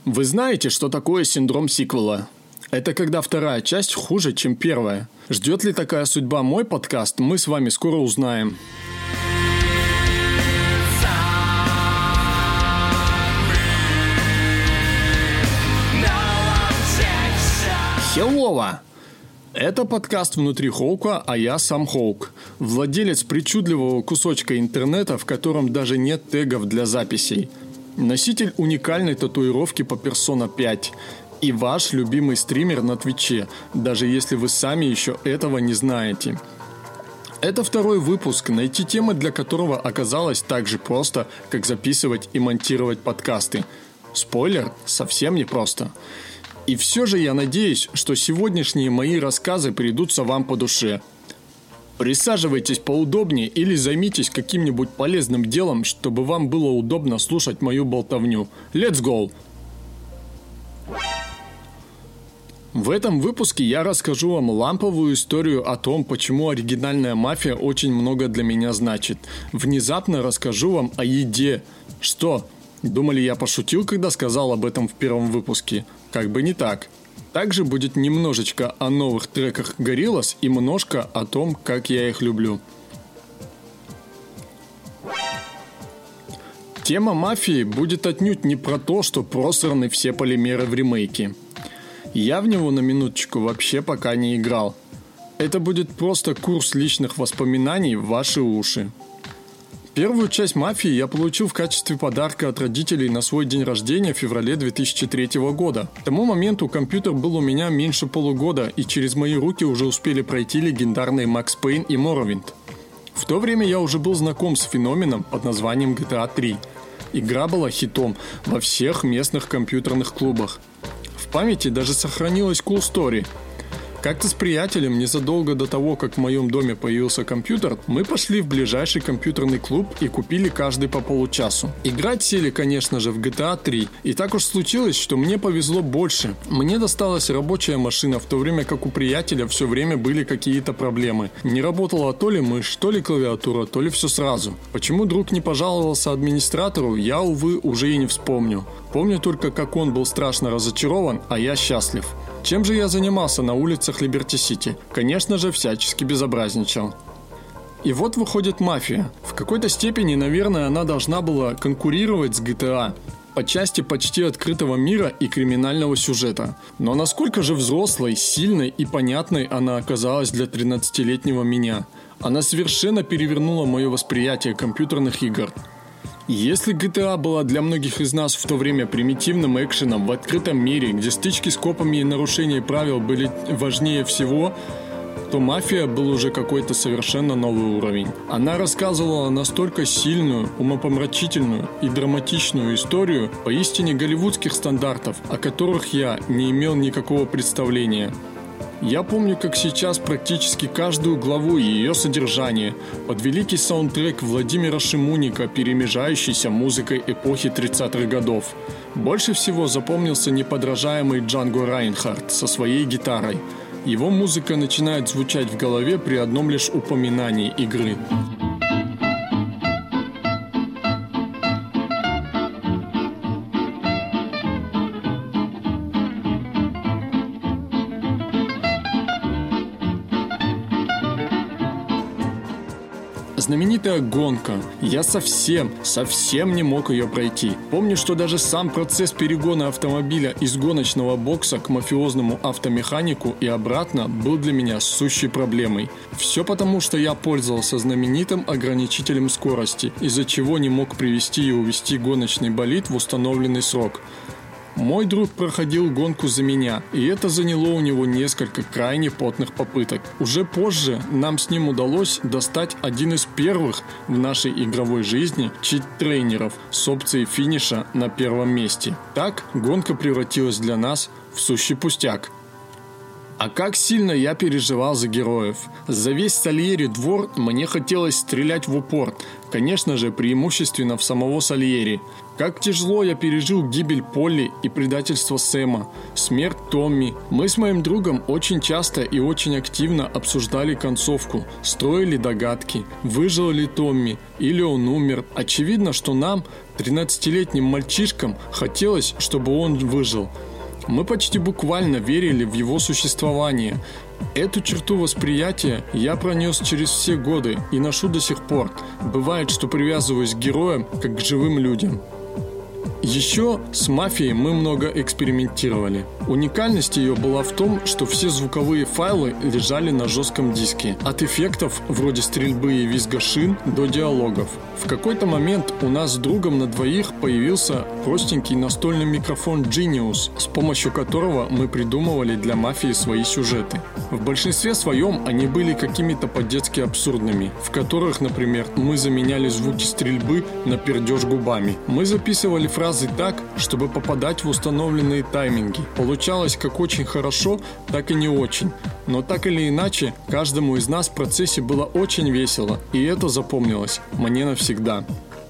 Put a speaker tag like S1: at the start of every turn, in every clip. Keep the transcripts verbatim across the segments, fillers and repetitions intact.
S1: Вы знаете, что такое синдром сиквела? Это когда вторая часть хуже, чем первая. Ждет ли такая судьба мой подкаст, мы с вами скоро узнаем. Хеллоу! Это подкаст «Внутри Хоука», а я сам Хоук. Владелец причудливого кусочка интернета, в котором даже нет тегов для записей. Носитель уникальной татуировки по Persona пять. И ваш любимый стример на Твиче, даже если вы сами еще этого не знаете. Это второй выпуск, найти темы для которого оказалось так же просто, как записывать и монтировать подкасты. Спойлер, совсем не просто. И все же я надеюсь, что сегодняшние мои рассказы придутся вам по душе. Присаживайтесь поудобнее или займитесь каким-нибудь полезным делом, чтобы вам было удобно слушать мою болтовню. Let's go! В этом выпуске я расскажу вам ламповую историю о том, почему оригинальная мафия очень много для меня значит. Внезапно расскажу вам о еде. Что? Думали, я пошутил, когда сказал об этом в первом выпуске? Как бы не так. Также будет немножечко о новых треках Gorillaz и немножко о том, как я их люблю. Тема мафии будет отнюдь не про то, что просраны все полимеры в ремейке. Я в него на минуточку вообще пока не играл. Это будет просто курс личных воспоминаний в ваши уши. Первую часть «Мафии» я получил в качестве подарка от родителей на свой день рождения в феврале две тысячи третьего года. К тому моменту компьютер был у меня меньше полугода, и через мои руки уже успели пройти легендарные Макс Пейн и Morrowind. В то время я уже был знаком с феноменом под названием джи ти эй три. Игра была хитом во всех местных компьютерных клубах. В памяти даже сохранилась cool story. Как-то с приятелем, незадолго до того, как в моем доме появился компьютер, мы пошли в ближайший компьютерный клуб и купили каждый по получасу. Играть сели, конечно же, в джи ти эй три. И так уж случилось, что мне повезло больше. Мне досталась рабочая машина, в то время как у приятеля все время были какие-то проблемы. Не работала то ли мышь, то ли клавиатура, то ли все сразу. Почему друг не пожаловался администратору, я, увы, уже и не вспомню. Помню только, как он был страшно разочарован, а я счастлив. Чем же я занимался на улицах Либерти-Сити? Конечно же, всячески безобразничал. И вот выходит «Мафия». В какой-то степени, наверное, она должна была конкурировать с джи ти эй по части почти открытого мира и криминального сюжета. Но насколько же взрослой, сильной и понятной она оказалась для тринадцатилетнего меня? Она совершенно перевернула мое восприятие компьютерных игр. Если джи ти эй была для многих из нас в то время примитивным экшеном в открытом мире, где стычки с копами и нарушения правил были важнее всего, то «Мафия» был уже какой-то совершенно новый уровень. Она рассказывала настолько сильную, умопомрачительную и драматичную историю поистине голливудских стандартов, о которых я не имел никакого представления. Я помню, как сейчас практически каждую главу и ее содержание под великий саундтрек Владимира Шимуника, перемежающийся музыкой эпохи тридцатых годов. Больше всего запомнился неподражаемый Джанго Райнхард со своей гитарой. Его музыка начинает звучать в голове при одном лишь упоминании игры. Знаменитая гонка. Я совсем, совсем не мог ее пройти. Помню, что даже сам процесс перегона автомобиля из гоночного бокса к мафиозному автомеханику и обратно был для меня сущей проблемой. Все потому, что я пользовался знаменитым ограничителем скорости, из-за чего не мог привести и увести гоночный болид в установленный срок. Мой друг проходил гонку за меня, и это заняло у него несколько крайне потных попыток. Уже позже нам с ним удалось достать один из первых в нашей игровой жизни чит-трейнеров с опцией финиша на первом месте. Так гонка превратилась для нас в сущий пустяк. А как сильно я переживал за героев. За весь Сальери двор мне хотелось стрелять в упор. Конечно же, преимущественно в самого Сальери. Как тяжело я пережил гибель Полли и предательство Сэма, смерть Томми. Мы с моим другом очень часто и очень активно обсуждали концовку, строили догадки, выжил ли Томми или он умер. Очевидно, что нам, тринадцатилетним мальчишкам, хотелось, чтобы он выжил. Мы почти буквально верили в его существование. Эту черту восприятия я пронес через все годы и ношу до сих пор. Бывает, что привязываюсь к героям, как к живым людям. Еще с «Мафией» мы много экспериментировали. Уникальность ее была в том, что все звуковые файлы лежали на жестком диске. От эффектов, вроде стрельбы и визга шин, до диалогов. В какой-то момент у нас с другом на двоих появился простенький настольный микрофон Genius, с помощью которого мы придумывали для «Мафии» свои сюжеты. В большинстве своем они были какими-то по-детски абсурдными, в которых, например, мы заменяли звуки стрельбы на пердеж губами. Мы записывали фразы так, чтобы попадать в установленные тайминги. Получалось как очень хорошо, так и не очень. Но так или иначе, каждому из нас в процессе было очень весело, и это запомнилось мне навсегда.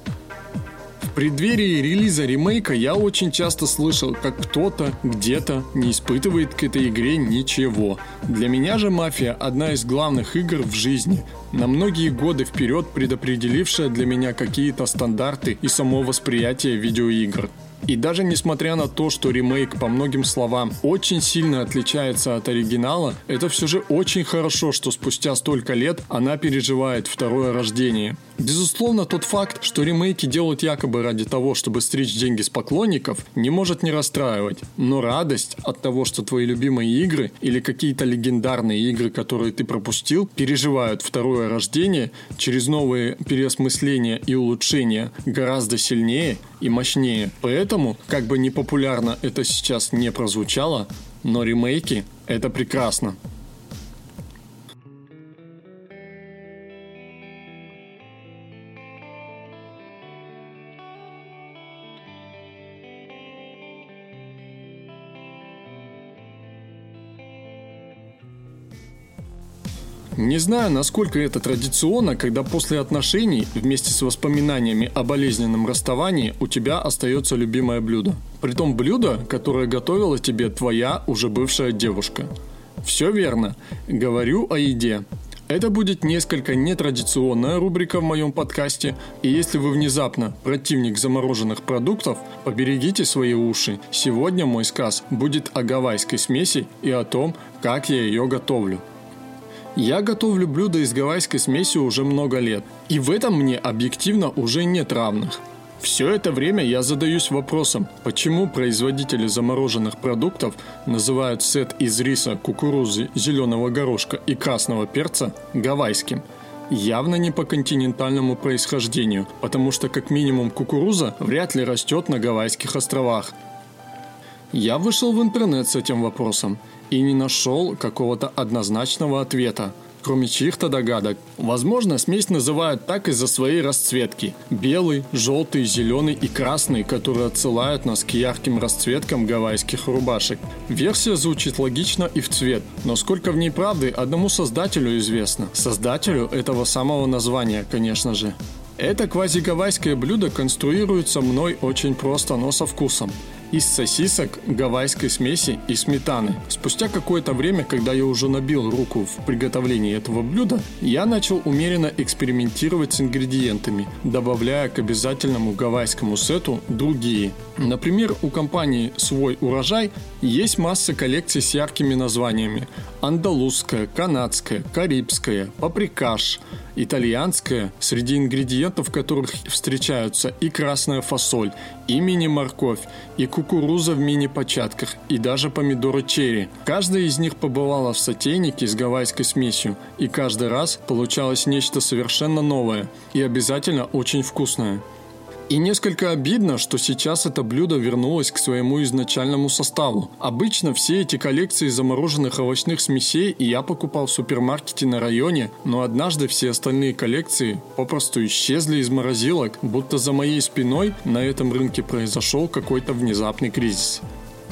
S1: В преддверии релиза ремейка я очень часто слышал, как кто-то где-то не испытывает к этой игре ничего. Для меня же «Мафия» одна из главных игр в жизни, на многие годы вперед предопределившая для меня какие-то стандарты и само восприятие видеоигр. И даже несмотря на то, что ремейк по многим словам очень сильно отличается от оригинала, это все же очень хорошо, что спустя столько лет она переживает второе рождение. Безусловно, тот факт, что ремейки делают якобы ради того, чтобы стричь деньги с поклонников, не может не расстраивать. Но радость от того, что твои любимые игры или какие-то легендарные игры, которые ты пропустил, переживают второе рождение через новые переосмысления и улучшения гораздо сильнее и мощнее. Поэтому, как бы непопулярно это сейчас не прозвучало, но ремейки – это прекрасно. Не знаю, насколько это традиционно, когда после отношений, вместе с воспоминаниями о болезненном расставании, у тебя остается любимое блюдо. Притом блюдо, которое готовила тебе твоя уже бывшая девушка. Все верно. Говорю о еде. Это будет несколько нетрадиционная рубрика в моем подкасте, и если вы внезапно противник замороженных продуктов, поберегите свои уши. Сегодня мой сказ будет о гавайской смеси и о том, как я ее готовлю. Я готовлю блюда из гавайской смеси уже много лет, и в этом мне объективно уже нет равных. Все это время я задаюсь вопросом, почему производители замороженных продуктов называют сет из риса, кукурузы, зеленого горошка и красного перца гавайским. Явно не по континентальному происхождению, потому что как минимум кукуруза вряд ли растет на Гавайских островах. Я вышел в интернет с этим вопросом и не нашел какого-то однозначного ответа, кроме чьих-то догадок. Возможно, смесь называют так из-за своей расцветки. Белый, желтый, зеленый и красный, которые отсылают нас к ярким расцветкам гавайских рубашек. Версия звучит логично и в цвет, но сколько в ней правды одному создателю известно. Создателю этого самого названия, конечно же. Это квазигавайское блюдо конструируется мной очень просто, но со вкусом. Из сосисок, гавайской смеси и сметаны. Спустя какое-то время, когда я уже набил руку в приготовлении этого блюда, я начал умеренно экспериментировать с ингредиентами, добавляя к обязательному гавайскому сету другие. Например, у компании «Свой урожай» есть масса коллекций с яркими названиями: андалузская, канадская, карибская, паприкаш, итальянская, среди ингредиентов которых встречаются и красная фасоль, и мини-морковь, и кукуруза в мини-початках, и даже помидоры черри. Каждая из них побывала в сотейнике с гавайской смесью, и каждый раз получалось нечто совершенно новое и обязательно очень вкусное. И несколько обидно, что сейчас это блюдо вернулось к своему изначальному составу. Обычно все эти коллекции замороженных овощных смесей я покупал в супермаркете на районе, но однажды все остальные коллекции попросту исчезли из морозилок, будто за моей спиной на этом рынке произошел какой-то внезапный кризис.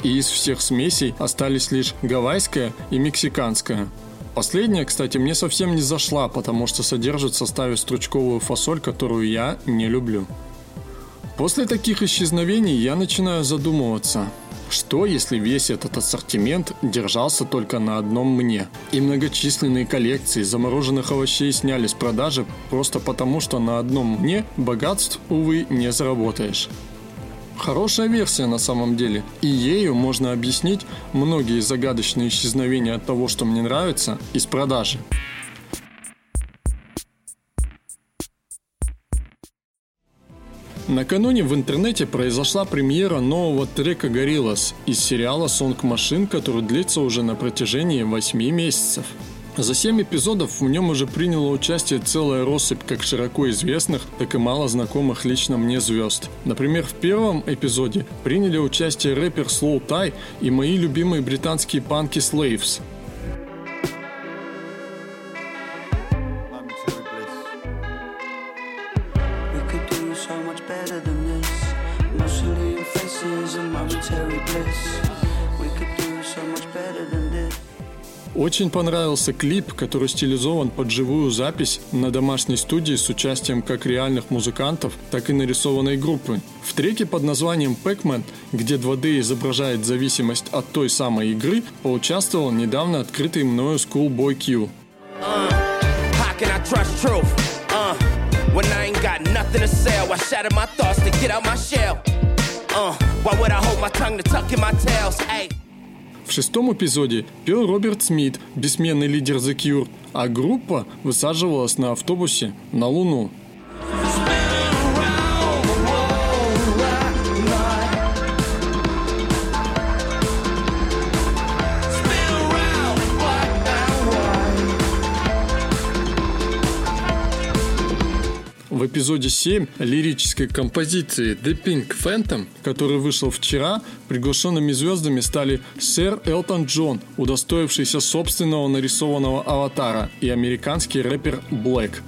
S1: и из всех смесей остались лишь гавайская и мексиканская. Последняя, кстати, мне совсем не зашла, потому что содержит в составе стручковую фасоль, которую я не люблю. После таких исчезновений я начинаю задумываться, что если весь этот ассортимент держался только на одном мне, и многочисленные коллекции замороженных овощей сняли с продажи просто потому, что на одном мне богатств, увы, не заработаешь. Хорошая версия на самом деле, и ею можно объяснить многие загадочные исчезновения от того, что мне нравится, из продажи. Накануне в интернете произошла премьера нового трека Gorillaz из сериала Song Machine, который длится уже на протяжении восьми месяцев. За семь эпизодов в нем уже приняло участие целая россыпь как широко известных, так и мало знакомых лично мне звезд. Например, в первом эпизоде приняли участие рэпер Slow Tie и мои любимые британские панки Slaves. Очень понравился клип, который стилизован под живую запись на домашней студии с участием как реальных музыкантов, так и нарисованной группы. В треке под названием Pac-Man, где два дэ изображает зависимость от той самой игры, поучаствовал недавно открытый мною Schoolboy Q. В шестом эпизоде пел Роберт Смит, бессменный лидер The Cure, а группа высаживалась на автобусе на Луну. В эпизоде семь лирической композиции The Pink Phantom, который вышел вчера, приглашенными звездами стали сэр Элтон Джон, удостоившийся собственного нарисованного аватара, и американский рэпер Блэк.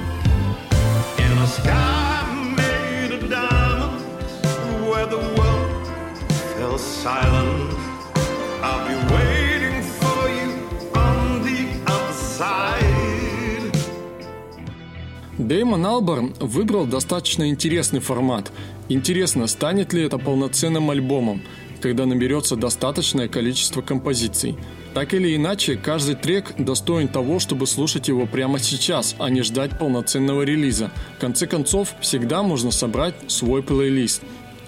S1: Дэймон Албарн выбрал достаточно интересный формат. Интересно, станет ли это полноценным альбомом, когда наберется достаточное количество композиций. Так или иначе, каждый трек достоин того, чтобы слушать его прямо сейчас, а не ждать полноценного релиза. В конце концов, всегда можно собрать свой плейлист.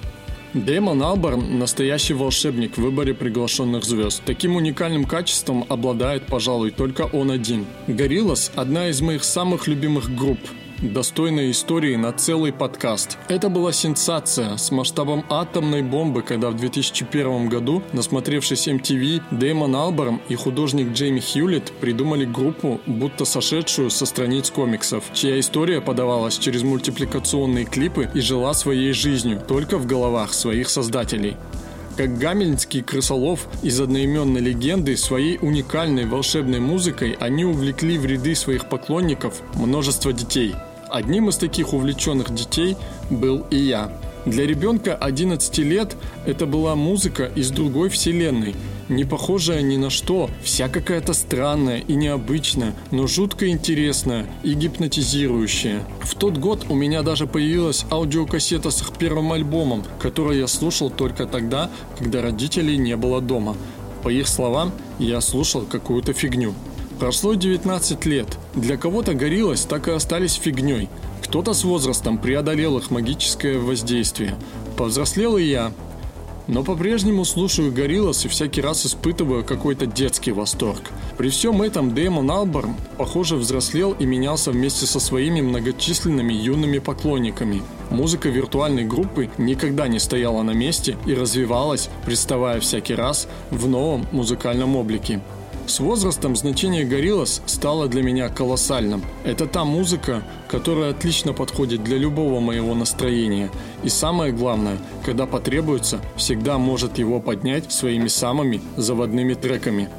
S1: Дэймон Албарн – настоящий волшебник в выборе приглашенных звезд. Таким уникальным качеством обладает, пожалуй, только он один. Gorillaz – одна из моих самых любимых групп, достойная истории на целый подкаст. Это была сенсация с масштабом атомной бомбы, когда в две тысячи первом году, насмотревшись эм ти ви, Дэймон Албарн и художник Джейми Хьюлетт придумали группу, будто сошедшую со страниц комиксов, чья история подавалась через мультипликационные клипы и жила своей жизнью, только в головах своих создателей. Как гамельнский крысолов из одноименной легенды, своей уникальной волшебной музыкой они увлекли в ряды своих поклонников множество детей. Одним из таких увлеченных детей был и я. Для ребенка одиннадцати лет это была музыка из другой вселенной, не похожая ни на что, вся какая-то странная и необычная, но жутко интересная и гипнотизирующая. В тот год у меня даже появилась аудиокассета с их первым альбомом, который я слушал только тогда, когда родителей не было дома. По их словам, я слушал какую-то фигню. Прошло девятнадцать лет. Для кого-то Gorillaz так и остались фигней. Кто-то с возрастом преодолел их магическое воздействие. Повзрослел и я. Но по-прежнему слушаю Gorillaz и всякий раз испытываю какой-то детский восторг. При всем этом Дэймон Албарн, похоже, взрослел и менялся вместе со своими многочисленными юными поклонниками. Музыка виртуальной группы никогда не стояла на месте и развивалась, представая всякий раз в новом музыкальном облике. С возрастом значение Gorillaz стало для меня колоссальным. Это та музыка, которая отлично подходит для любого моего настроения. И самое главное, когда потребуется, всегда может его поднять своими самыми заводными треками.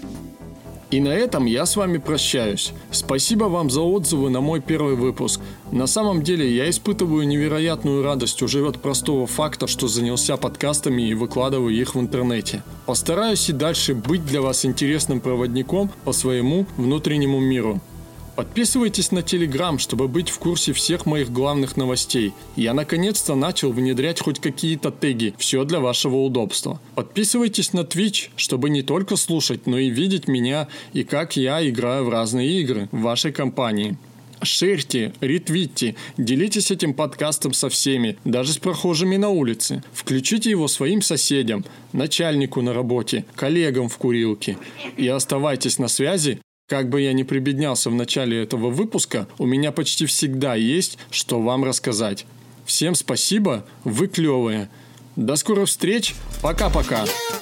S1: И на этом я с вами прощаюсь. Спасибо вам за отзывы на мой первый выпуск. На самом деле я испытываю невероятную радость уже от простого факта, что занялся подкастами и выкладываю их в интернете. Постараюсь и дальше быть для вас интересным проводником по своему внутреннему миру. Подписывайтесь на Телеграм, чтобы быть в курсе всех моих главных новостей. Я наконец-то начал внедрять хоть какие-то теги, все для вашего удобства. Подписывайтесь на Twitch, чтобы не только слушать, но и видеть меня и как я играю в разные игры в вашей компании. Шерьте, ретвитьте, делитесь этим подкастом со всеми, даже с прохожими на улице. Включите его своим соседям, начальнику на работе, коллегам в курилке. И оставайтесь на связи. Как бы я ни прибеднялся в начале этого выпуска, у меня почти всегда есть, что вам рассказать. Всем спасибо, вы клевые. До скорых встреч, пока-пока.